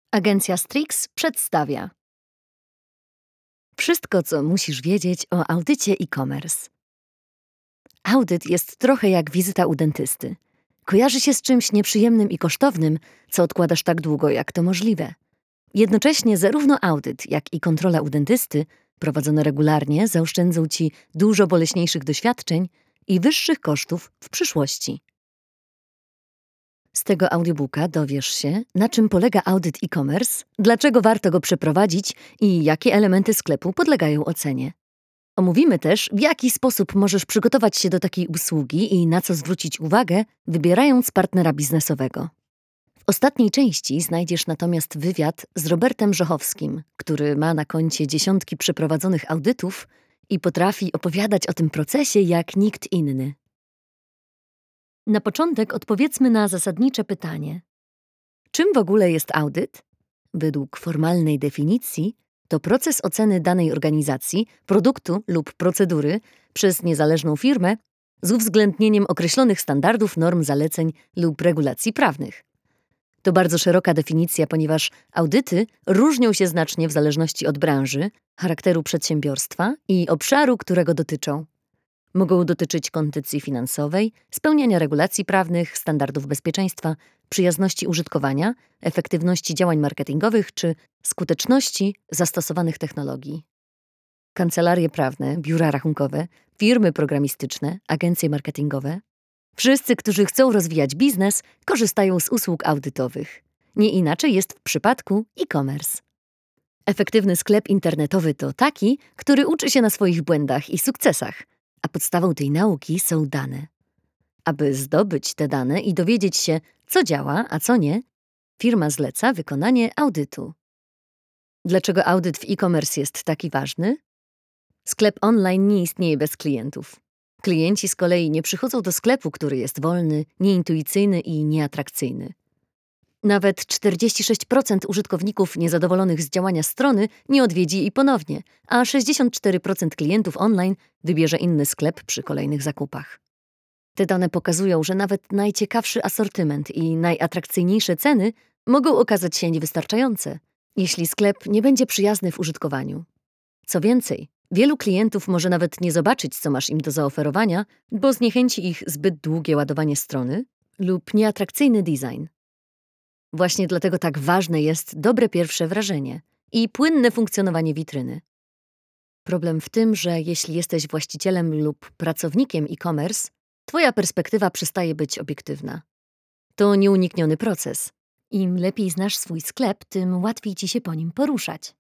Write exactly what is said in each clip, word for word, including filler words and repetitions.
Agencja Strix przedstawia wszystko, co musisz wiedzieć o audycie e-commerce. Audyt jest trochę jak wizyta u dentysty. Kojarzy się z czymś nieprzyjemnym i kosztownym, co odkładasz tak długo, jak to możliwe. Jednocześnie zarówno audyt, jak i kontrola u dentysty, prowadzone regularnie, zaoszczędzą Ci dużo boleśniejszych doświadczeń i wyższych kosztów w przyszłości. Z tego audiobooka dowiesz się, na czym polega audyt e-commerce, dlaczego warto go przeprowadzić i jakie elementy sklepu podlegają ocenie. Omówimy też, w jaki sposób możesz przygotować się do takiej usługi i na co zwrócić uwagę, wybierając partnera biznesowego. W ostatniej części znajdziesz natomiast wywiad z Robertem Żochowskim, który ma na koncie dziesiątki przeprowadzonych audytów i potrafi opowiadać o tym procesie jak nikt inny. Na początek odpowiedzmy na zasadnicze pytanie. Czym w ogóle jest audyt? Według formalnej definicji to proces oceny danej organizacji, produktu lub procedury przez niezależną firmę z uwzględnieniem określonych standardów, norm, zaleceń lub regulacji prawnych. To bardzo szeroka definicja, ponieważ audyty różnią się znacznie w zależności od branży, charakteru przedsiębiorstwa i obszaru, którego dotyczą. Mogą dotyczyć kondycji finansowej, spełniania regulacji prawnych, standardów bezpieczeństwa, przyjazności użytkowania, efektywności działań marketingowych czy skuteczności zastosowanych technologii. Kancelarie prawne, biura rachunkowe, firmy programistyczne, agencje marketingowe. Wszyscy, którzy chcą rozwijać biznes, korzystają z usług audytowych. Nie inaczej jest w przypadku e-commerce. Efektywny sklep internetowy to taki, który uczy się na swoich błędach i sukcesach, a podstawą tej nauki są dane. Aby zdobyć te dane i dowiedzieć się, co działa, a co nie, firma zleca wykonanie audytu. Dlaczego audyt w e-commerce jest taki ważny? Sklep online nie istnieje bez klientów. Klienci z kolei nie przychodzą do sklepu, który jest wolny, nieintuicyjny i nieatrakcyjny. Nawet czterdzieści sześć procent użytkowników niezadowolonych z działania strony nie odwiedzi jej ponownie, a sześćdziesiąt cztery procent klientów online wybierze inny sklep przy kolejnych zakupach. Te dane pokazują, że nawet najciekawszy asortyment i najatrakcyjniejsze ceny mogą okazać się niewystarczające, jeśli sklep nie będzie przyjazny w użytkowaniu. Co więcej, wielu klientów może nawet nie zobaczyć, co masz im do zaoferowania, bo zniechęci ich zbyt długie ładowanie strony lub nieatrakcyjny design. Właśnie dlatego tak ważne jest dobre pierwsze wrażenie i płynne funkcjonowanie witryny. Problem w tym, że jeśli jesteś właścicielem lub pracownikiem e-commerce, twoja perspektywa przestaje być obiektywna. To nieunikniony proces. Im lepiej znasz swój sklep, tym łatwiej ci się po nim poruszać.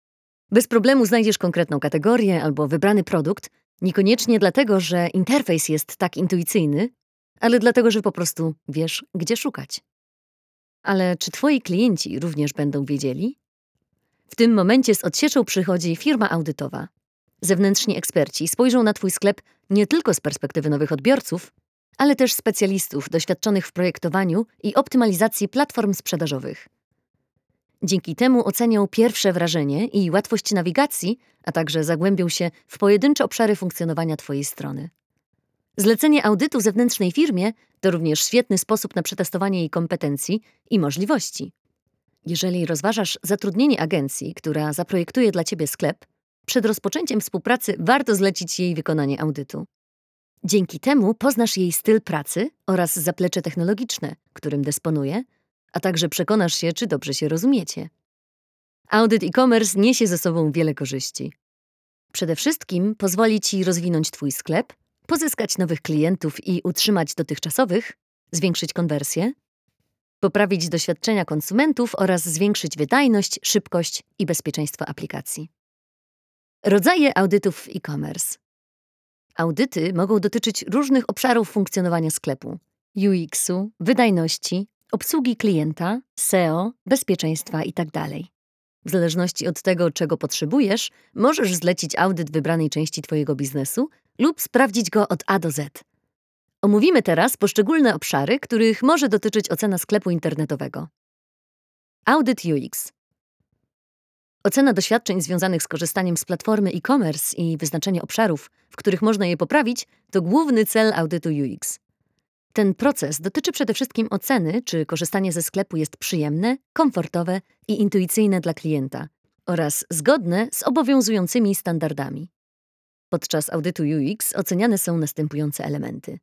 Bez problemu znajdziesz konkretną kategorię albo wybrany produkt, niekoniecznie dlatego, że interfejs jest tak intuicyjny, ale dlatego, że po prostu wiesz, gdzie szukać. Ale czy twoi klienci również będą wiedzieli? W tym momencie z odsieczą przychodzi firma audytowa. Zewnętrzni eksperci spojrzą na twój sklep nie tylko z perspektywy nowych odbiorców, ale też specjalistów doświadczonych w projektowaniu i optymalizacji platform sprzedażowych. Dzięki temu ocenią pierwsze wrażenie i łatwość nawigacji, a także zagłębią się w pojedyncze obszary funkcjonowania twojej strony. Zlecenie audytu zewnętrznej firmie to również świetny sposób na przetestowanie jej kompetencji i możliwości. Jeżeli rozważasz zatrudnienie agencji, która zaprojektuje dla ciebie sklep, przed rozpoczęciem współpracy warto zlecić jej wykonanie audytu. Dzięki temu poznasz jej styl pracy oraz zaplecze technologiczne, którym dysponuje, a także przekonasz się, czy dobrze się rozumiecie. Audyt e-commerce niesie ze sobą wiele korzyści. Przede wszystkim pozwoli ci rozwinąć twój sklep, pozyskać nowych klientów i utrzymać dotychczasowych, zwiększyć konwersję, poprawić doświadczenia konsumentów oraz zwiększyć wydajność, szybkość i bezpieczeństwo aplikacji. Rodzaje audytów w e-commerce. Audyty mogą dotyczyć różnych obszarów funkcjonowania sklepu: U X-u, wydajności, obsługi klienta, S E O, bezpieczeństwa itd. W zależności od tego, czego potrzebujesz, możesz zlecić audyt wybranej części twojego biznesu lub sprawdzić go od A do Z. Omówimy teraz poszczególne obszary, których może dotyczyć ocena sklepu internetowego. Audyt U X. Ocena doświadczeń związanych z korzystaniem z platformy e-commerce i wyznaczenie obszarów, w których można je poprawić, to główny cel audytu U X. Ten proces dotyczy przede wszystkim oceny, czy korzystanie ze sklepu jest przyjemne, komfortowe i intuicyjne dla klienta oraz zgodne z obowiązującymi standardami. Podczas audytu U X oceniane są następujące elementy.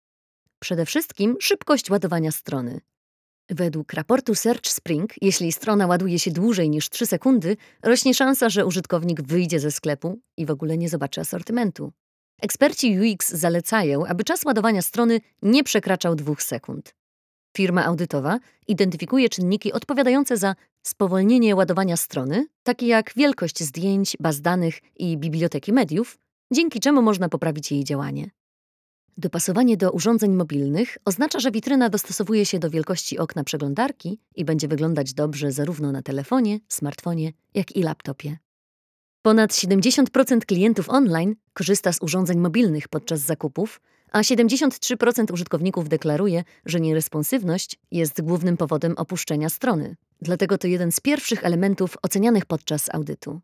Przede wszystkim szybkość ładowania strony. Według raportu Search Spring, jeśli strona ładuje się dłużej niż trzy sekundy, rośnie szansa, że użytkownik wyjdzie ze sklepu i w ogóle nie zobaczy asortymentu. Eksperci U X zalecają, aby czas ładowania strony nie przekraczał dwóch sekund. Firma audytowa identyfikuje czynniki odpowiadające za spowolnienie ładowania strony, takie jak wielkość zdjęć, baz danych i biblioteki mediów, dzięki czemu można poprawić jej działanie. Dopasowanie do urządzeń mobilnych oznacza, że witryna dostosowuje się do wielkości okna przeglądarki i będzie wyglądać dobrze zarówno na telefonie, smartfonie, jak i laptopie. Ponad siedemdziesiąt procent klientów online korzysta z urządzeń mobilnych podczas zakupów, a siedemdziesiąt trzy procent użytkowników deklaruje, że nieresponsywność jest głównym powodem opuszczenia strony. Dlatego to jeden z pierwszych elementów ocenianych podczas audytu.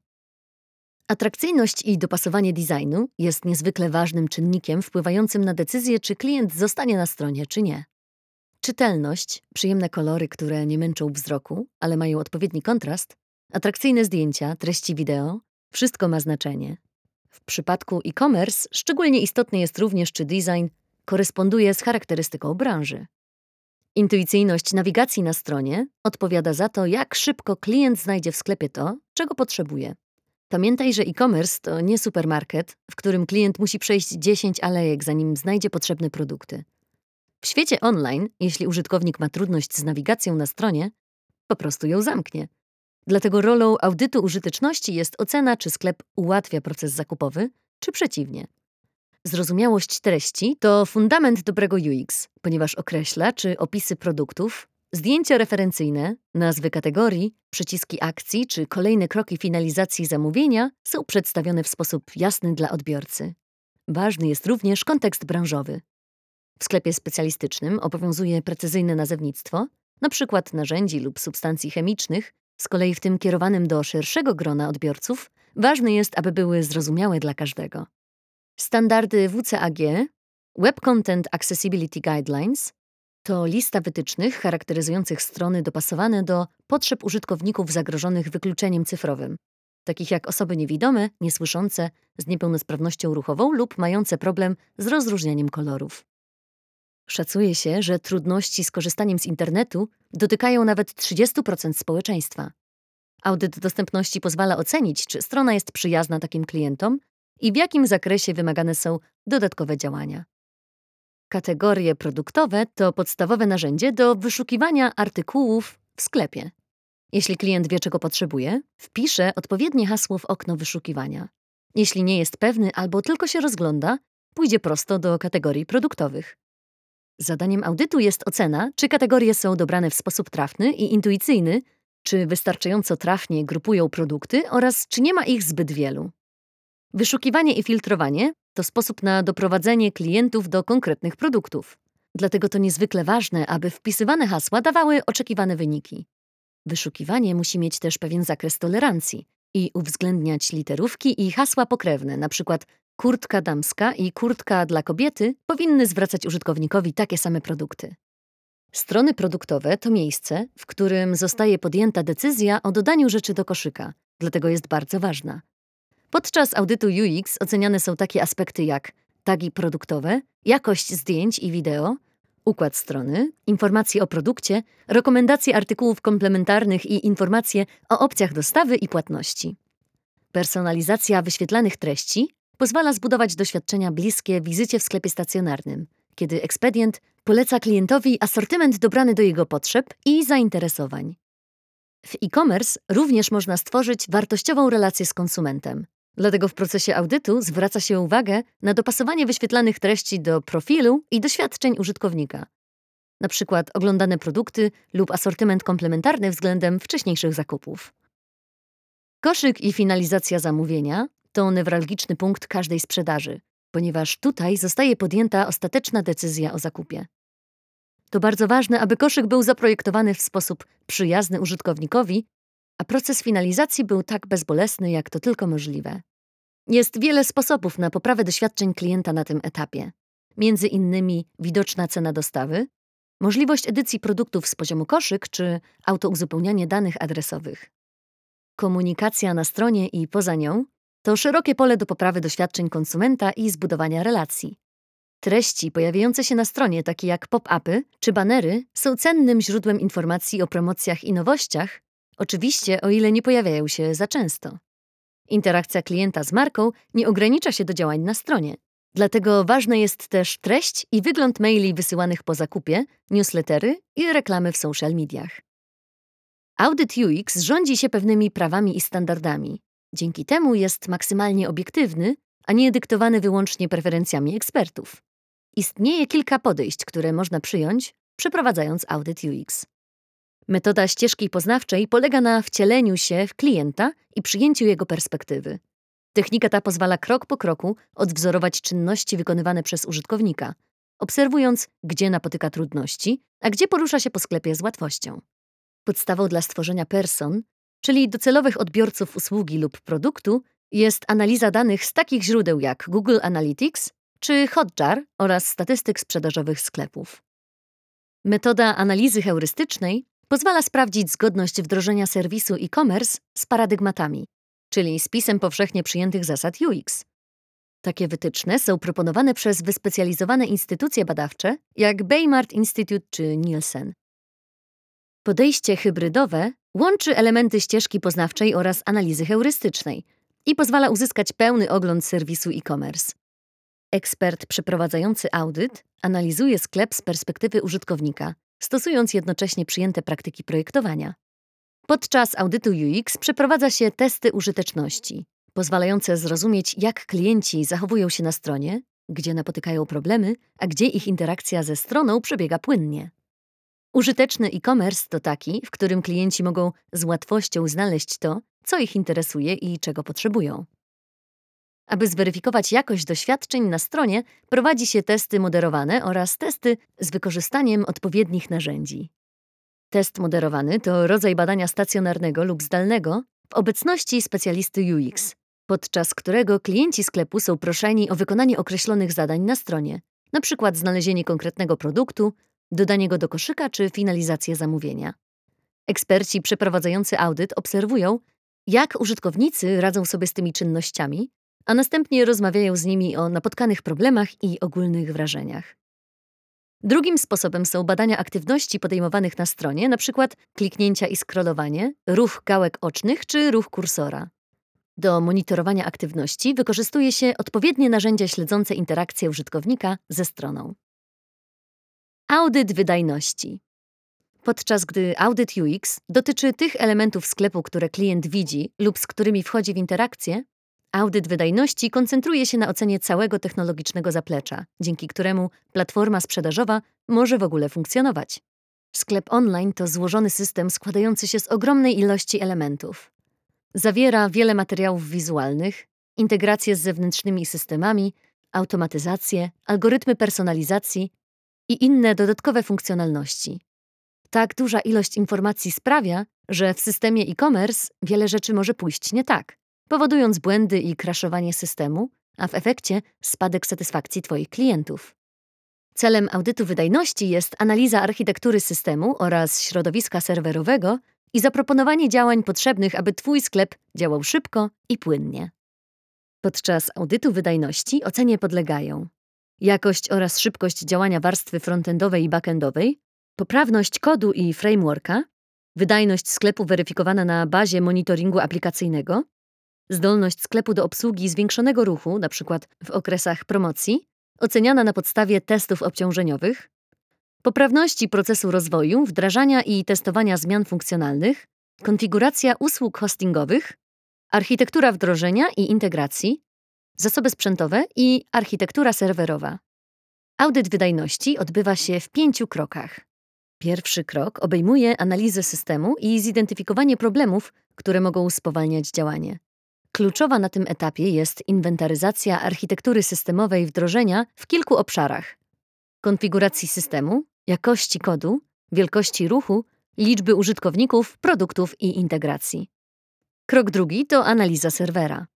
Atrakcyjność i dopasowanie designu jest niezwykle ważnym czynnikiem wpływającym na decyzję, czy klient zostanie na stronie, czy nie. Czytelność, przyjemne kolory, które nie męczą wzroku, ale mają odpowiedni kontrast, atrakcyjne zdjęcia, treści wideo, wszystko ma znaczenie. W przypadku e-commerce szczególnie istotny jest również, czy design koresponduje z charakterystyką branży. Intuicyjność nawigacji na stronie odpowiada za to, jak szybko klient znajdzie w sklepie to, czego potrzebuje. Pamiętaj, że e-commerce to nie supermarket, w którym klient musi przejść dziesięć alejek, zanim znajdzie potrzebne produkty. W świecie online, jeśli użytkownik ma trudność z nawigacją na stronie, po prostu ją zamknie. Dlatego rolą audytu użyteczności jest ocena, czy sklep ułatwia proces zakupowy, czy przeciwnie. Zrozumiałość treści to fundament dobrego U X, ponieważ określa, czy opisy produktów, zdjęcia referencyjne, nazwy kategorii, przyciski akcji czy kolejne kroki finalizacji zamówienia są przedstawione w sposób jasny dla odbiorcy. Ważny jest również kontekst branżowy. W sklepie specjalistycznym obowiązuje precyzyjne nazewnictwo, np. narzędzi lub substancji chemicznych, z kolei w tym kierowanym do szerszego grona odbiorców ważne jest, aby były zrozumiałe dla każdego. Standardy W C A G, Web Content Accessibility Guidelines, to lista wytycznych charakteryzujących strony dopasowane do potrzeb użytkowników zagrożonych wykluczeniem cyfrowym, takich jak osoby niewidome, niesłyszące, z niepełnosprawnością ruchową lub mające problem z rozróżnianiem kolorów. Szacuje się, że trudności z korzystaniem z internetu dotykają nawet trzydzieści procent społeczeństwa. Audyt dostępności pozwala ocenić, czy strona jest przyjazna takim klientom i w jakim zakresie wymagane są dodatkowe działania. Kategorie produktowe to podstawowe narzędzie do wyszukiwania artykułów w sklepie. Jeśli klient wie, czego potrzebuje, wpisze odpowiednie hasło w okno wyszukiwania. Jeśli nie jest pewny albo tylko się rozgląda, pójdzie prosto do kategorii produktowych. Zadaniem audytu jest ocena, czy kategorie są dobrane w sposób trafny i intuicyjny, czy wystarczająco trafnie grupują produkty oraz czy nie ma ich zbyt wielu. Wyszukiwanie i filtrowanie to sposób na doprowadzenie klientów do konkretnych produktów. Dlatego to niezwykle ważne, aby wpisywane hasła dawały oczekiwane wyniki. Wyszukiwanie musi mieć też pewien zakres tolerancji i uwzględniać literówki i hasła pokrewne, np. kurtka damska i kurtka dla kobiety powinny zwracać użytkownikowi takie same produkty. Strony produktowe to miejsce, w którym zostaje podjęta decyzja o dodaniu rzeczy do koszyka, dlatego jest bardzo ważna. Podczas audytu U X oceniane są takie aspekty jak tagi produktowe, jakość zdjęć i wideo, układ strony, informacje o produkcie, rekomendacje artykułów komplementarnych i informacje o opcjach dostawy i płatności. Personalizacja wyświetlanych treści pozwala zbudować doświadczenia bliskie wizycie w sklepie stacjonarnym, kiedy ekspedient poleca klientowi asortyment dobrany do jego potrzeb i zainteresowań. W e-commerce również można stworzyć wartościową relację z konsumentem. Dlatego w procesie audytu zwraca się uwagę na dopasowanie wyświetlanych treści do profilu i doświadczeń użytkownika. Na przykład oglądane produkty lub asortyment komplementarny względem wcześniejszych zakupów. Koszyk i finalizacja zamówienia to newralgiczny punkt każdej sprzedaży, ponieważ tutaj zostaje podjęta ostateczna decyzja o zakupie. To bardzo ważne, aby koszyk był zaprojektowany w sposób przyjazny użytkownikowi, a proces finalizacji był tak bezbolesny, jak to tylko możliwe. Jest wiele sposobów na poprawę doświadczeń klienta na tym etapie. między innymi widoczna cena dostawy, możliwość edycji produktów z poziomu koszyk czy autouzupełnianie danych adresowych. Komunikacja na stronie i poza nią to szerokie pole do poprawy doświadczeń konsumenta i zbudowania relacji. Treści pojawiające się na stronie, takie jak pop-upy czy banery, są cennym źródłem informacji o promocjach i nowościach, oczywiście o ile nie pojawiają się za często. Interakcja klienta z marką nie ogranicza się do działań na stronie. Dlatego ważne jest też treść i wygląd maili wysyłanych po zakupie, newslettery i reklamy w social mediach. Audyt U X rządzi się pewnymi prawami i standardami. Dzięki temu jest maksymalnie obiektywny, a nie dyktowany wyłącznie preferencjami ekspertów. Istnieje kilka podejść, które można przyjąć, przeprowadzając audyt U X. Metoda ścieżki poznawczej polega na wcieleniu się w klienta i przyjęciu jego perspektywy. Technika ta pozwala krok po kroku odwzorować czynności wykonywane przez użytkownika, obserwując, gdzie napotyka trudności, a gdzie porusza się po sklepie z łatwością. Podstawą dla stworzenia person, czyli docelowych odbiorców usługi lub produktu, jest analiza danych z takich źródeł jak Google Analytics czy Hotjar oraz statystyk sprzedażowych sklepów. Metoda analizy heurystycznej pozwala sprawdzić zgodność wdrożenia serwisu e-commerce z paradygmatami, czyli spisem powszechnie przyjętych zasad U X. Takie wytyczne są proponowane przez wyspecjalizowane instytucje badawcze jak Baymard Institute czy Nielsen. Podejście hybrydowe łączy elementy ścieżki poznawczej oraz analizy heurystycznej i pozwala uzyskać pełny ogląd serwisu e-commerce. Ekspert przeprowadzający audyt analizuje sklep z perspektywy użytkownika, stosując jednocześnie przyjęte praktyki projektowania. Podczas audytu U X przeprowadza się testy użyteczności, pozwalające zrozumieć, jak klienci zachowują się na stronie, gdzie napotykają problemy, a gdzie ich interakcja ze stroną przebiega płynnie. Użyteczny e-commerce to taki, w którym klienci mogą z łatwością znaleźć to, co ich interesuje i czego potrzebują. Aby zweryfikować jakość doświadczeń na stronie, prowadzi się testy moderowane oraz testy z wykorzystaniem odpowiednich narzędzi. Test moderowany to rodzaj badania stacjonarnego lub zdalnego w obecności specjalisty U X, podczas którego klienci sklepu są proszeni o wykonanie określonych zadań na stronie, np. znalezienie konkretnego produktu, dodanie go do koszyka czy finalizację zamówienia. Eksperci przeprowadzający audyt obserwują, jak użytkownicy radzą sobie z tymi czynnościami, a następnie rozmawiają z nimi o napotkanych problemach i ogólnych wrażeniach. Drugim sposobem są badania aktywności podejmowanych na stronie, np. kliknięcia i scrollowanie, ruch gałek ocznych czy ruch kursora. Do monitorowania aktywności wykorzystuje się odpowiednie narzędzia śledzące interakcję użytkownika ze stroną. Audyt wydajności. Podczas gdy audyt U X dotyczy tych elementów sklepu, które klient widzi lub z którymi wchodzi w interakcję, audyt wydajności koncentruje się na ocenie całego technologicznego zaplecza, dzięki któremu platforma sprzedażowa może w ogóle funkcjonować. Sklep online to złożony system składający się z ogromnej ilości elementów. Zawiera wiele materiałów wizualnych, integracje z zewnętrznymi systemami, automatyzację, algorytmy personalizacji i inne dodatkowe funkcjonalności. Tak duża ilość informacji sprawia, że w systemie e-commerce wiele rzeczy może pójść nie tak, powodując błędy i crashowanie systemu, a w efekcie spadek satysfakcji Twoich klientów. Celem audytu wydajności jest analiza architektury systemu oraz środowiska serwerowego i zaproponowanie działań potrzebnych, aby Twój sklep działał szybko i płynnie. Podczas audytu wydajności ocenie podlegają jakość oraz szybkość działania warstwy frontendowej i backendowej, poprawność kodu i frameworka, wydajność sklepu weryfikowana na bazie monitoringu aplikacyjnego, zdolność sklepu do obsługi zwiększonego ruchu, np. w okresach promocji, oceniana na podstawie testów obciążeniowych, poprawności procesu rozwoju, wdrażania i testowania zmian funkcjonalnych, konfiguracja usług hostingowych, architektura wdrożenia i integracji, zasoby sprzętowe i architektura serwerowa. Audyt wydajności odbywa się w pięciu krokach. Pierwszy krok obejmuje analizę systemu i zidentyfikowanie problemów, które mogą spowalniać działanie. Kluczowa na tym etapie jest inwentaryzacja architektury systemowej wdrożenia w kilku obszarach: konfiguracji systemu, jakości kodu, wielkości ruchu, liczby użytkowników, produktów i integracji. Krok drugi to analiza serwera.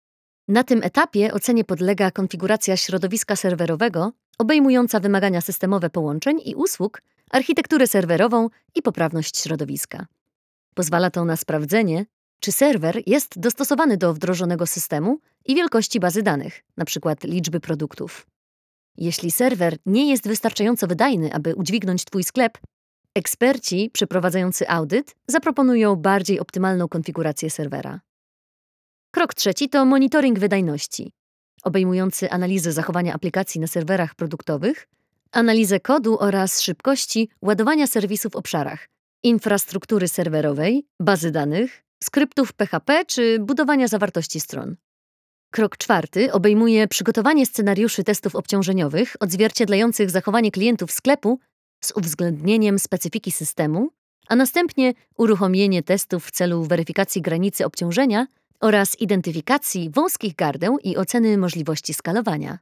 Na tym etapie ocenie podlega konfiguracja środowiska serwerowego obejmująca wymagania systemowe połączeń i usług, architekturę serwerową i poprawność środowiska. Pozwala to na sprawdzenie, czy serwer jest dostosowany do wdrożonego systemu i wielkości bazy danych, np. liczby produktów. Jeśli serwer nie jest wystarczająco wydajny, aby udźwignąć Twój sklep, eksperci przeprowadzający audyt zaproponują bardziej optymalną konfigurację serwera. Krok trzeci to monitoring wydajności, obejmujący analizę zachowania aplikacji na serwerach produktowych, analizę kodu oraz szybkości ładowania serwisów w obszarach infrastruktury serwerowej, bazy danych, skryptów P H P czy budowania zawartości stron. Krok czwarty obejmuje przygotowanie scenariuszy testów obciążeniowych odzwierciedlających zachowanie klientów sklepu z uwzględnieniem specyfiki systemu, a następnie uruchomienie testów w celu weryfikacji granicy obciążenia oraz identyfikacji wąskich gardeł i oceny możliwości skalowania.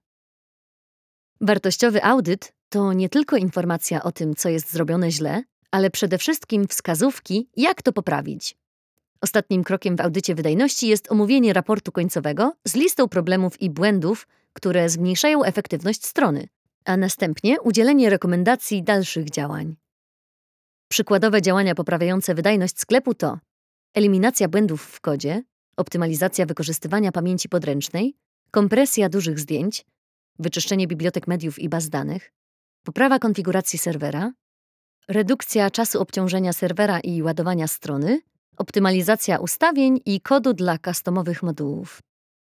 Wartościowy audyt to nie tylko informacja o tym, co jest zrobione źle, ale przede wszystkim wskazówki, jak to poprawić. Ostatnim krokiem w audycie wydajności jest omówienie raportu końcowego z listą problemów i błędów, które zmniejszają efektywność strony, a następnie udzielenie rekomendacji dalszych działań. Przykładowe działania poprawiające wydajność sklepu to eliminacja błędów w kodzie, optymalizacja wykorzystywania pamięci podręcznej, kompresja dużych zdjęć, wyczyszczenie bibliotek mediów i baz danych, poprawa konfiguracji serwera, redukcja czasu obciążenia serwera i ładowania strony, optymalizacja ustawień i kodu dla customowych modułów.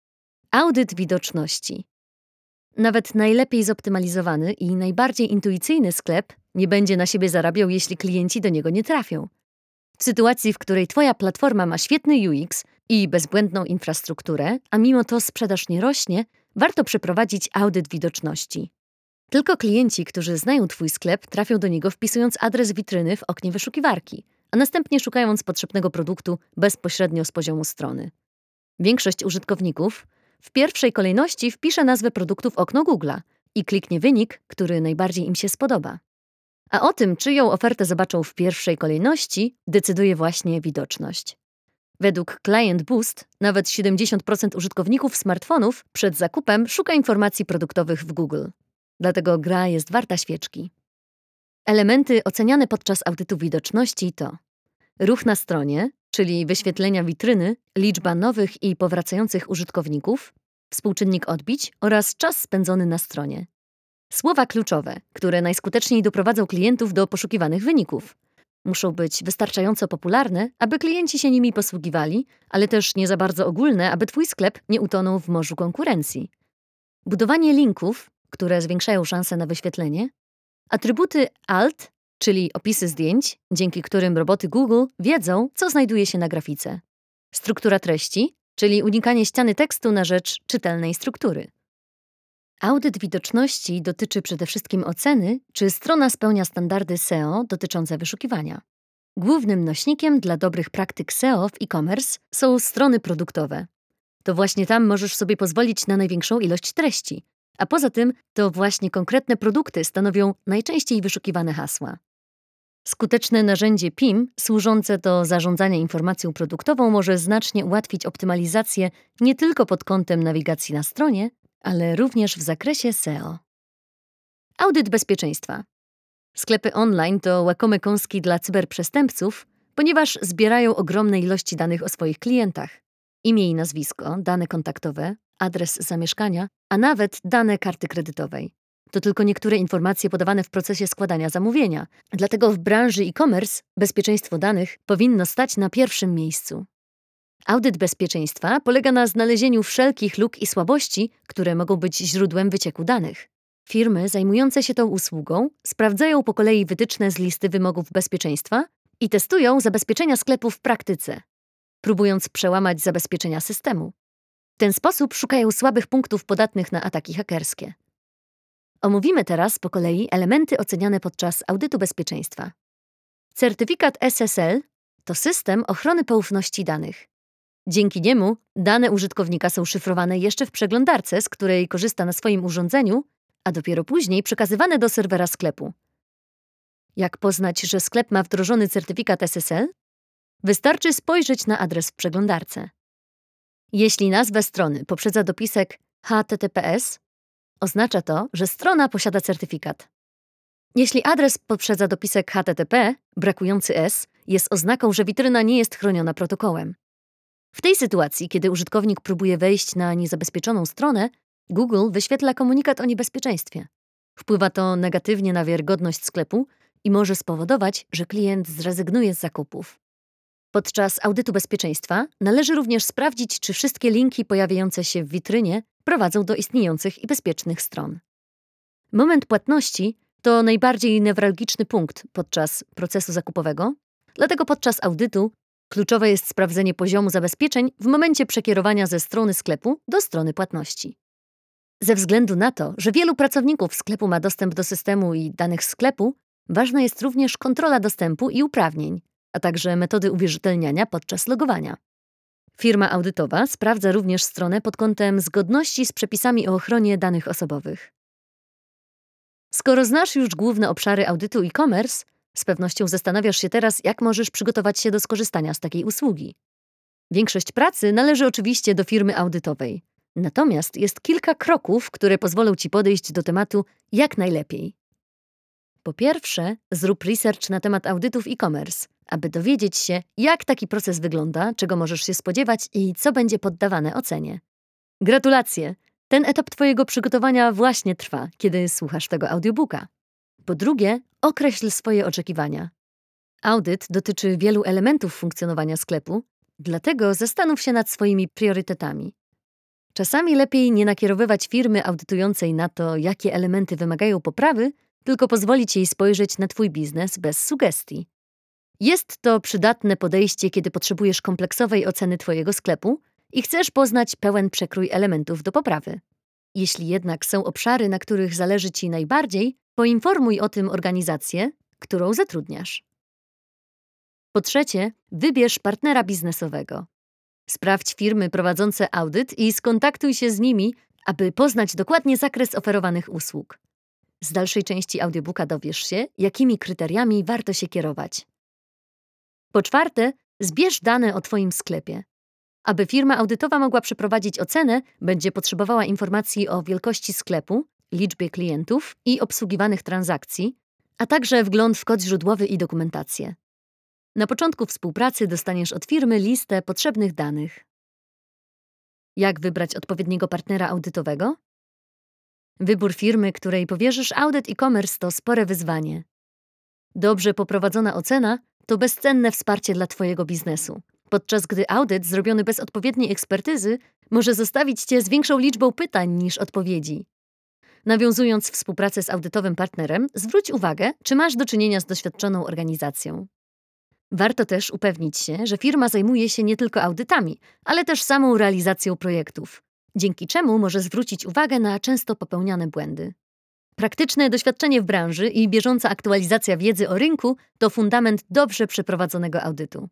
Audyt widoczności. Nawet najlepiej zoptymalizowany i najbardziej intuicyjny sklep nie będzie na siebie zarabiał, jeśli klienci do niego nie trafią. W sytuacji, w której Twoja platforma ma świetny U X i bezbłędną infrastrukturę, a mimo to sprzedaż nie rośnie, warto przeprowadzić audyt widoczności. Tylko klienci, którzy znają Twój sklep, trafią do niego wpisując adres witryny w oknie wyszukiwarki, a następnie szukając potrzebnego produktu bezpośrednio z poziomu strony. Większość użytkowników w pierwszej kolejności wpisze nazwę produktu w okno Google'a i kliknie wynik, który najbardziej im się spodoba. A o tym, czyją ofertę zobaczą w pierwszej kolejności, decyduje właśnie widoczność. Według Client Boost nawet siedemdziesiąt procent użytkowników smartfonów przed zakupem szuka informacji produktowych w Google. Dlatego gra jest warta świeczki. Elementy oceniane podczas audytu widoczności to ruch na stronie, czyli wyświetlenia witryny, liczba nowych i powracających użytkowników, współczynnik odbić oraz czas spędzony na stronie. Słowa kluczowe, które najskuteczniej doprowadzą klientów do poszukiwanych wyników. Muszą być wystarczająco popularne, aby klienci się nimi posługiwali, ale też nie za bardzo ogólne, aby Twój sklep nie utonął w morzu konkurencji. Budowanie linków, które zwiększają szanse na wyświetlenie. Atrybuty alt, czyli opisy zdjęć, dzięki którym roboty Google wiedzą, co znajduje się na grafice. Struktura treści, czyli unikanie ściany tekstu na rzecz czytelnej struktury. Audyt widoczności dotyczy przede wszystkim oceny, czy strona spełnia standardy S E O dotyczące wyszukiwania. Głównym nośnikiem dla dobrych praktyk S E O w e-commerce są strony produktowe. To właśnie tam możesz sobie pozwolić na największą ilość treści, a poza tym to właśnie konkretne produkty stanowią najczęściej wyszukiwane hasła. Skuteczne narzędzie P I M służące do zarządzania informacją produktową może znacznie ułatwić optymalizację nie tylko pod kątem nawigacji na stronie, ale również w zakresie S E O. Audyt bezpieczeństwa. Sklepy online to łakome kąski dla cyberprzestępców, ponieważ zbierają ogromne ilości danych o swoich klientach. Imię i nazwisko, dane kontaktowe, adres zamieszkania, a nawet dane karty kredytowej. To tylko niektóre informacje podawane w procesie składania zamówienia. Dlatego w branży e-commerce bezpieczeństwo danych powinno stać na pierwszym miejscu. Audyt bezpieczeństwa polega na znalezieniu wszelkich luk i słabości, które mogą być źródłem wycieku danych. Firmy zajmujące się tą usługą sprawdzają po kolei wytyczne z listy wymogów bezpieczeństwa i testują zabezpieczenia sklepu w praktyce, próbując przełamać zabezpieczenia systemu. W ten sposób szukają słabych punktów podatnych na ataki hakerskie. Omówimy teraz po kolei elementy oceniane podczas audytu bezpieczeństwa. Certyfikat S S L to system ochrony poufności danych. Dzięki niemu dane użytkownika są szyfrowane jeszcze w przeglądarce, z której korzysta na swoim urządzeniu, a dopiero później przekazywane do serwera sklepu. Jak poznać, że sklep ma wdrożony certyfikat S S L? Wystarczy spojrzeć na adres w przeglądarce. Jeśli nazwę strony poprzedza dopisek H T T P S, oznacza to, że strona posiada certyfikat. Jeśli adres poprzedza dopisek H T T P, brakujący S, jest oznaką, że witryna nie jest chroniona protokołem. W tej sytuacji, kiedy użytkownik próbuje wejść na niezabezpieczoną stronę, Google wyświetla komunikat o niebezpieczeństwie. Wpływa to negatywnie na wiarygodność sklepu i może spowodować, że klient zrezygnuje z zakupów. Podczas audytu bezpieczeństwa należy również sprawdzić, czy wszystkie linki pojawiające się w witrynie prowadzą do istniejących i bezpiecznych stron. Moment płatności to najbardziej newralgiczny punkt podczas procesu zakupowego, dlatego podczas audytu kluczowe jest sprawdzenie poziomu zabezpieczeń w momencie przekierowania ze strony sklepu do strony płatności. Ze względu na to, że wielu pracowników sklepu ma dostęp do systemu i danych sklepu, ważna jest również kontrola dostępu i uprawnień, a także metody uwierzytelniania podczas logowania. Firma audytowa sprawdza również stronę pod kątem zgodności z przepisami o ochronie danych osobowych. Skoro znasz już główne obszary audytu e-commerce, z pewnością zastanawiasz się teraz, jak możesz przygotować się do skorzystania z takiej usługi. Większość pracy należy oczywiście do firmy audytowej. Natomiast jest kilka kroków, które pozwolą Ci podejść do tematu jak najlepiej. Po pierwsze, zrób research na temat audytów e-commerce, aby dowiedzieć się, jak taki proces wygląda, czego możesz się spodziewać i co będzie poddawane ocenie. Gratulacje! Ten etap Twojego przygotowania właśnie trwa, kiedy słuchasz tego audiobooka. Po drugie, określ swoje oczekiwania. Audyt dotyczy wielu elementów funkcjonowania sklepu, dlatego zastanów się nad swoimi priorytetami. Czasami lepiej nie nakierowywać firmy audytującej na to, jakie elementy wymagają poprawy, tylko pozwolić jej spojrzeć na Twój biznes bez sugestii. Jest to przydatne podejście, kiedy potrzebujesz kompleksowej oceny Twojego sklepu i chcesz poznać pełen przekrój elementów do poprawy. Jeśli jednak są obszary, na których zależy Ci najbardziej, poinformuj o tym organizację, którą zatrudniasz. Po trzecie, wybierz partnera biznesowego. Sprawdź firmy prowadzące audyt i skontaktuj się z nimi, aby poznać dokładnie zakres oferowanych usług. Z dalszej części audiobooka dowiesz się, jakimi kryteriami warto się kierować. Po czwarte, zbierz dane o Twoim sklepie. Aby firma audytowa mogła przeprowadzić ocenę, będzie potrzebowała informacji o wielkości sklepu, liczbie klientów i obsługiwanych transakcji, a także wgląd w kod źródłowy i dokumentację. Na początku współpracy dostaniesz od firmy listę potrzebnych danych. Jak wybrać odpowiedniego partnera audytowego? Wybór firmy, której powierzysz audyt e-commerce, to spore wyzwanie. Dobrze poprowadzona ocena to bezcenne wsparcie dla Twojego biznesu, podczas gdy audyt zrobiony bez odpowiedniej ekspertyzy może zostawić Cię z większą liczbą pytań niż odpowiedzi. Nawiązując współpracę z audytowym partnerem, zwróć uwagę, czy masz do czynienia z doświadczoną organizacją. Warto też upewnić się, że firma zajmuje się nie tylko audytami, ale też samą realizacją projektów, dzięki czemu może zwrócić uwagę na często popełniane błędy. Praktyczne doświadczenie w branży i bieżąca aktualizacja wiedzy o rynku to fundament dobrze przeprowadzonego audytu.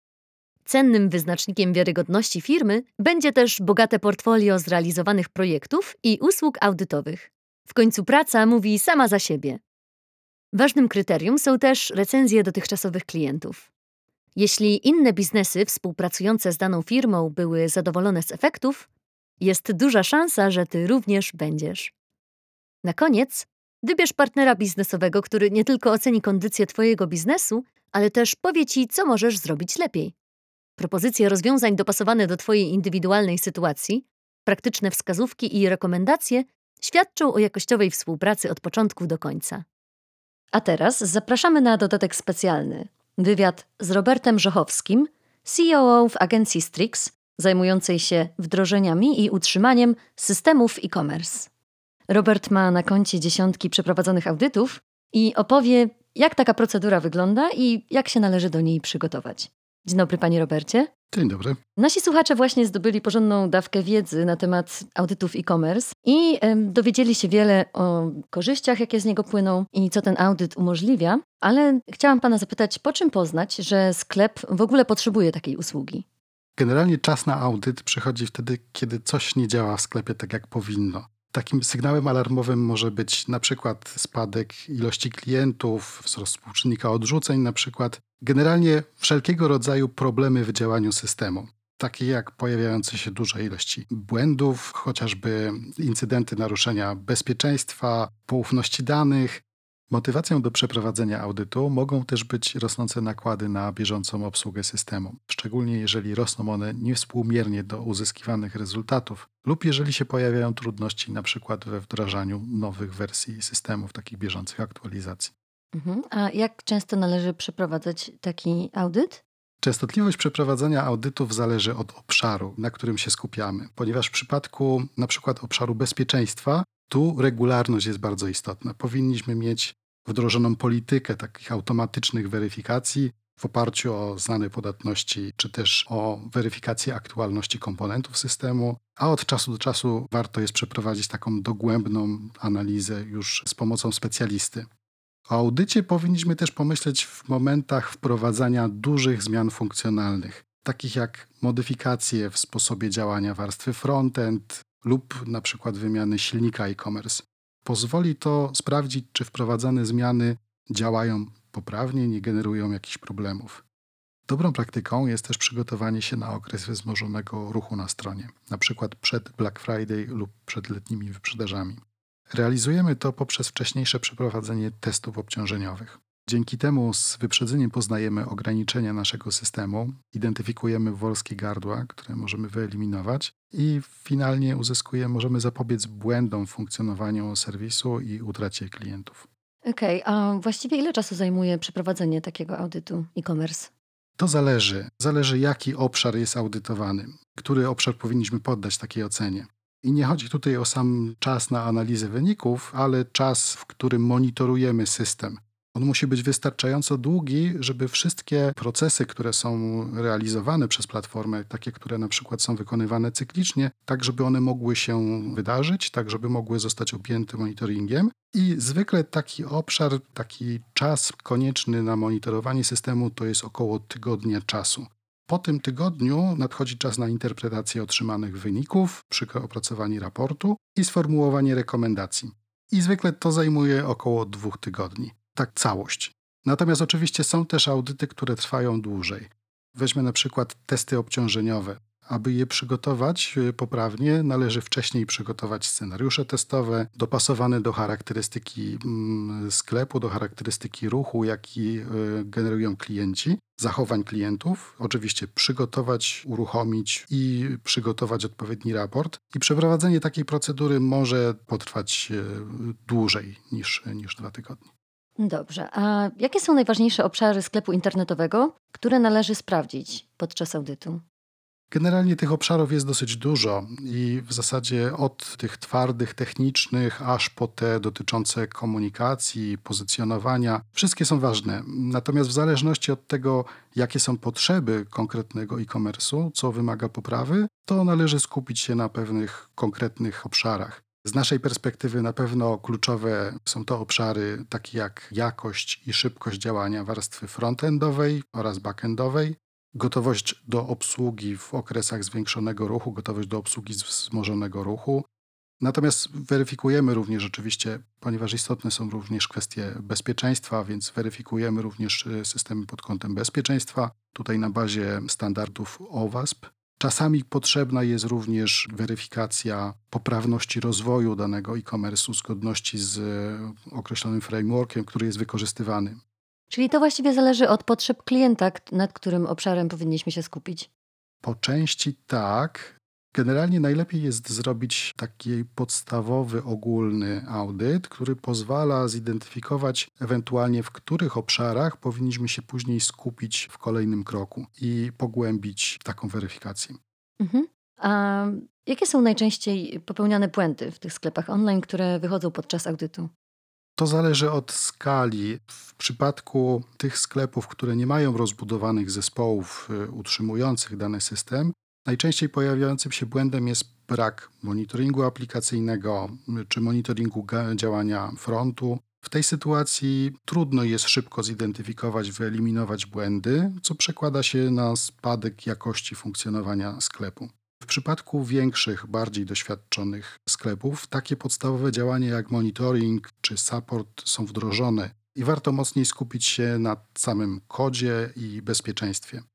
Cennym wyznacznikiem wiarygodności firmy będzie też bogate portfolio zrealizowanych projektów i usług audytowych. W końcu praca mówi sama za siebie. Ważnym kryterium są też recenzje dotychczasowych klientów. Jeśli inne biznesy współpracujące z daną firmą były zadowolone z efektów, jest duża szansa, że Ty również będziesz. Na koniec, wybierz partnera biznesowego, który nie tylko oceni kondycję Twojego biznesu, ale też powie Ci, co możesz zrobić lepiej. Propozycje rozwiązań dopasowane do Twojej indywidualnej sytuacji, praktyczne wskazówki i rekomendacje świadczą o jakościowej współpracy od początku do końca. A teraz zapraszamy na dodatek specjalny. Wywiad z Robertem Żochowskim, C O O w agencji Strix, zajmującej się wdrożeniami i utrzymaniem systemów e-commerce. Robert ma na koncie dziesiątki przeprowadzonych audytów i opowie, jak taka procedura wygląda i jak się należy do niej przygotować. Dzień dobry, panie Robercie. Dzień dobry. Nasi słuchacze właśnie zdobyli porządną dawkę wiedzy na temat audytów e-commerce i em, dowiedzieli się wiele o korzyściach, jakie z niego płyną i co ten audyt umożliwia, ale chciałam pana zapytać, po czym poznać, że sklep w ogóle potrzebuje takiej usługi? Generalnie czas na audyt przychodzi wtedy, kiedy coś nie działa w sklepie tak, jak powinno. Takim sygnałem alarmowym może być na przykład spadek ilości klientów, wzrost współczynnika odrzuceń na przykład. Generalnie wszelkiego rodzaju problemy w działaniu systemu. takie jak pojawiające się duże ilości błędów, chociażby incydenty naruszenia bezpieczeństwa, poufności danych. Motywacją do przeprowadzenia audytu mogą też być rosnące nakłady na bieżącą obsługę systemu, szczególnie jeżeli rosną one niewspółmiernie do uzyskiwanych rezultatów lub jeżeli się pojawiają trudności np. we wdrażaniu nowych wersji systemów, takich bieżących aktualizacji. Mhm. A jak często należy przeprowadzać taki audyt? Częstotliwość przeprowadzania audytów zależy od obszaru, na którym się skupiamy, ponieważ w przypadku np. obszaru bezpieczeństwa tu regularność jest bardzo istotna. Powinniśmy mieć wdrożoną politykę takich automatycznych weryfikacji w oparciu o znane podatności, czy też o weryfikację aktualności komponentów systemu, a od czasu do czasu warto jest przeprowadzić taką dogłębną analizę już z pomocą specjalisty. O audycie powinniśmy też pomyśleć w momentach wprowadzania dużych zmian funkcjonalnych, takich jak modyfikacje w sposobie działania warstwy frontend lub na przykład wymiany silnika e-commerce. Pozwoli to sprawdzić, czy wprowadzane zmiany działają poprawnie, nie generują jakichś problemów. Dobrą praktyką jest też przygotowanie się na okres wzmożonego ruchu na stronie, na przykład przed Black Friday lub przed letnimi wyprzedażami. Realizujemy to poprzez wcześniejsze przeprowadzenie testów obciążeniowych. Dzięki temu z wyprzedzeniem poznajemy ograniczenia naszego systemu, identyfikujemy wolskie gardła, które możemy wyeliminować i finalnie uzyskujemy, możemy zapobiec błędom w funkcjonowaniu serwisu i utracie klientów. Okej, a właściwie ile czasu zajmuje przeprowadzenie takiego audytu e-commerce? To zależy. Zależy, jaki obszar jest audytowany, który obszar powinniśmy poddać takiej ocenie. I nie chodzi tutaj o sam czas na analizę wyników, ale czas, w którym monitorujemy system. On musi być wystarczająco długi, żeby wszystkie procesy, które są realizowane przez platformę, takie, które na przykład są wykonywane cyklicznie, tak żeby one mogły się wydarzyć, tak żeby mogły zostać objęte monitoringiem. I zwykle taki obszar, taki czas konieczny na monitorowanie systemu to jest około tygodnia czasu. Po tym tygodniu nadchodzi czas na interpretację otrzymanych wyników, przykre opracowanie raportu i sformułowanie rekomendacji. I zwykle to zajmuje około dwóch tygodni. Tak całość. Natomiast oczywiście są też audyty, które trwają dłużej. Weźmy na przykład testy obciążeniowe. Aby je przygotować poprawnie, należy wcześniej przygotować scenariusze testowe, dopasowane do charakterystyki sklepu, do charakterystyki ruchu, jaki generują klienci, zachowań klientów. Oczywiście przygotować, uruchomić i przygotować odpowiedni raport. I przeprowadzenie takiej procedury może potrwać dłużej niż, niż dwa tygodnie. Dobrze, a jakie są najważniejsze obszary sklepu internetowego, które należy sprawdzić podczas audytu? Generalnie tych obszarów jest dosyć dużo i w zasadzie od tych twardych, technicznych, aż po te dotyczące komunikacji, pozycjonowania, wszystkie są ważne. Natomiast w zależności od tego, jakie są potrzeby konkretnego e-commerce'u, co wymaga poprawy, to należy skupić się na pewnych konkretnych obszarach. Z naszej perspektywy na pewno kluczowe są to obszary takie jak jakość i szybkość działania warstwy frontendowej oraz backendowej, gotowość do obsługi w okresach zwiększonego ruchu, gotowość do obsługi wzmożonego ruchu. Natomiast weryfikujemy również oczywiście, ponieważ istotne są również kwestie bezpieczeństwa, więc weryfikujemy również systemy pod kątem bezpieczeństwa, tutaj na bazie standardów O WASP. Czasami potrzebna jest również weryfikacja poprawności rozwoju danego e-commerce'u, zgodności z określonym frameworkiem, który jest wykorzystywany. Czyli to właściwie zależy od potrzeb klienta, nad którym obszarem powinniśmy się skupić. Po części tak. Generalnie najlepiej jest zrobić taki podstawowy, ogólny audyt, który pozwala zidentyfikować ewentualnie w których obszarach powinniśmy się później skupić w kolejnym kroku i pogłębić taką weryfikację. Mhm. A jakie są najczęściej popełniane błędy w tych sklepach online, które wychodzą podczas audytu? To zależy od skali. W przypadku tych sklepów, które nie mają rozbudowanych zespołów utrzymujących dany system, najczęściej pojawiającym się błędem jest brak monitoringu aplikacyjnego czy monitoringu działania frontu. W tej sytuacji trudno jest szybko zidentyfikować, wyeliminować błędy, co przekłada się na spadek jakości funkcjonowania sklepu. W przypadku większych, bardziej doświadczonych sklepów takie podstawowe działania jak monitoring czy support są wdrożone i warto mocniej skupić się na samym kodzie i bezpieczeństwie.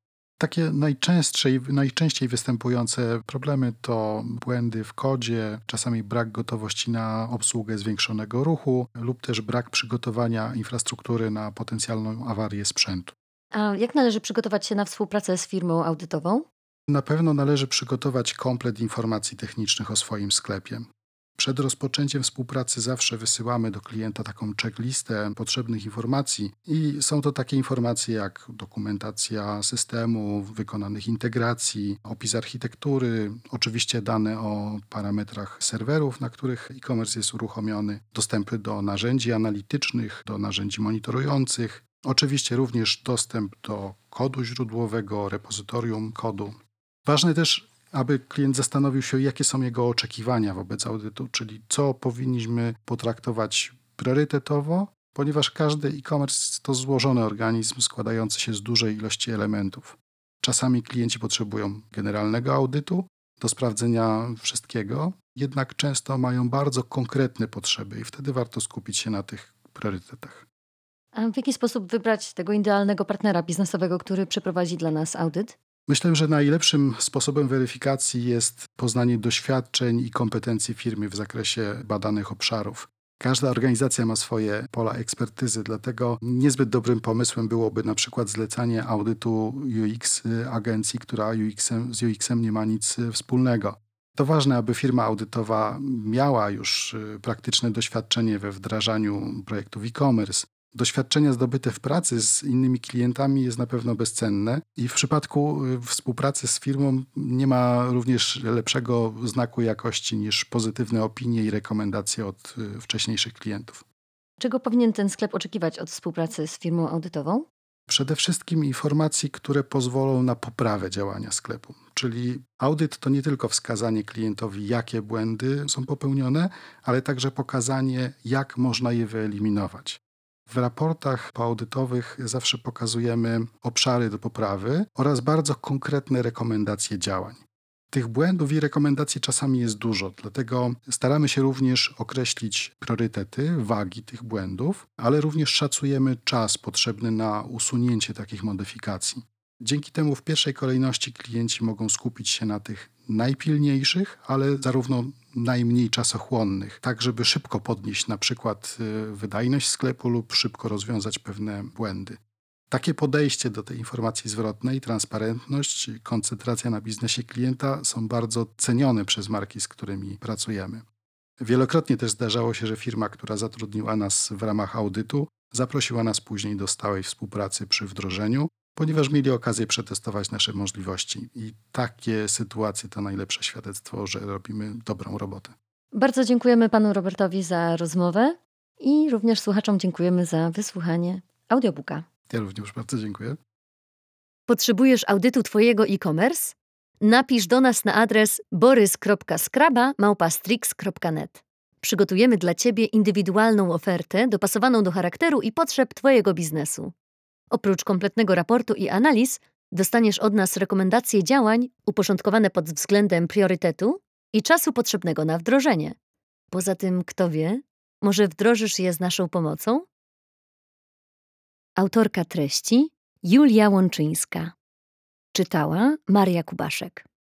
Takie najczęstsze i najczęściej występujące problemy to błędy w kodzie, czasami brak gotowości na obsługę zwiększonego ruchu lub też brak przygotowania infrastruktury na potencjalną awarię sprzętu. A jak należy przygotować się na współpracę z firmą audytową? Na pewno należy przygotować komplet informacji technicznych o swoim sklepie. Przed rozpoczęciem współpracy zawsze wysyłamy do klienta taką checklistę potrzebnych informacji i są to takie informacje jak dokumentacja systemu, wykonanych integracji, opis architektury, oczywiście dane o parametrach serwerów, na których e-commerce jest uruchomiony, dostępy do narzędzi analitycznych, do narzędzi monitorujących, oczywiście również dostęp do kodu źródłowego, repozytorium kodu. Ważne też, aby klient zastanowił się, jakie są jego oczekiwania wobec audytu, czyli co powinniśmy potraktować priorytetowo, ponieważ każdy e-commerce to złożony organizm składający się z dużej ilości elementów. Czasami klienci potrzebują generalnego audytu do sprawdzenia wszystkiego, jednak często mają bardzo konkretne potrzeby i wtedy warto skupić się na tych priorytetach. A w jaki sposób wybrać tego idealnego partnera biznesowego, który przeprowadzi dla nas audyt? Myślę, że najlepszym sposobem weryfikacji jest poznanie doświadczeń i kompetencji firmy w zakresie badanych obszarów. Każda organizacja ma swoje pola ekspertyzy, dlatego niezbyt dobrym pomysłem byłoby na przykład zlecanie audytu U X agencji, która U X-em, z U X-em nie ma nic wspólnego. To ważne, aby firma audytowa miała już praktyczne doświadczenie we wdrażaniu projektów e-commerce. Doświadczenia zdobyte w pracy z innymi klientami jest na pewno bezcenne i w przypadku współpracy z firmą nie ma również lepszego znaku jakości niż pozytywne opinie i rekomendacje od wcześniejszych klientów. Czego powinien ten sklep oczekiwać od współpracy z firmą audytową? Przede wszystkim informacji, które pozwolą na poprawę działania sklepu. Czyli audyt to nie tylko wskazanie klientowi, jakie błędy są popełnione, ale także pokazanie, jak można je wyeliminować. W raportach poaudytowych zawsze pokazujemy obszary do poprawy oraz bardzo konkretne rekomendacje działań. Tych błędów i rekomendacji czasami jest dużo, dlatego staramy się również określić priorytety, wagi tych błędów, ale również szacujemy czas potrzebny na usunięcie takich modyfikacji. Dzięki temu w pierwszej kolejności klienci mogą skupić się na tych najpilniejszych, ale zarówno najmniej czasochłonnych, tak żeby szybko podnieść na przykład wydajność sklepu lub szybko rozwiązać pewne błędy. Takie podejście do tej informacji zwrotnej, transparentność, koncentracja na biznesie klienta są bardzo cenione przez marki, z którymi pracujemy. Wielokrotnie też zdarzało się, że firma, która zatrudniła nas w ramach audytu, zaprosiła nas później do stałej współpracy przy wdrożeniu, ponieważ mieli okazję przetestować nasze możliwości. I takie sytuacje to najlepsze świadectwo, że robimy dobrą robotę. Bardzo dziękujemy panu Robertowi za rozmowę i również słuchaczom dziękujemy za wysłuchanie audiobooka. Ja również bardzo dziękuję. Potrzebujesz audytu twojego e-commerce? Napisz do nas na adres borys kropka skraba małpa strix kropka net. Przygotujemy dla ciebie indywidualną ofertę dopasowaną do charakteru i potrzeb twojego biznesu. Oprócz kompletnego raportu i analiz, dostaniesz od nas rekomendacje działań uporządkowane pod względem priorytetu i czasu potrzebnego na wdrożenie. Poza tym, kto wie, może wdrożysz je z naszą pomocą? Autorka treści Julia Łączyńska. Czytała Maria Kubaszek.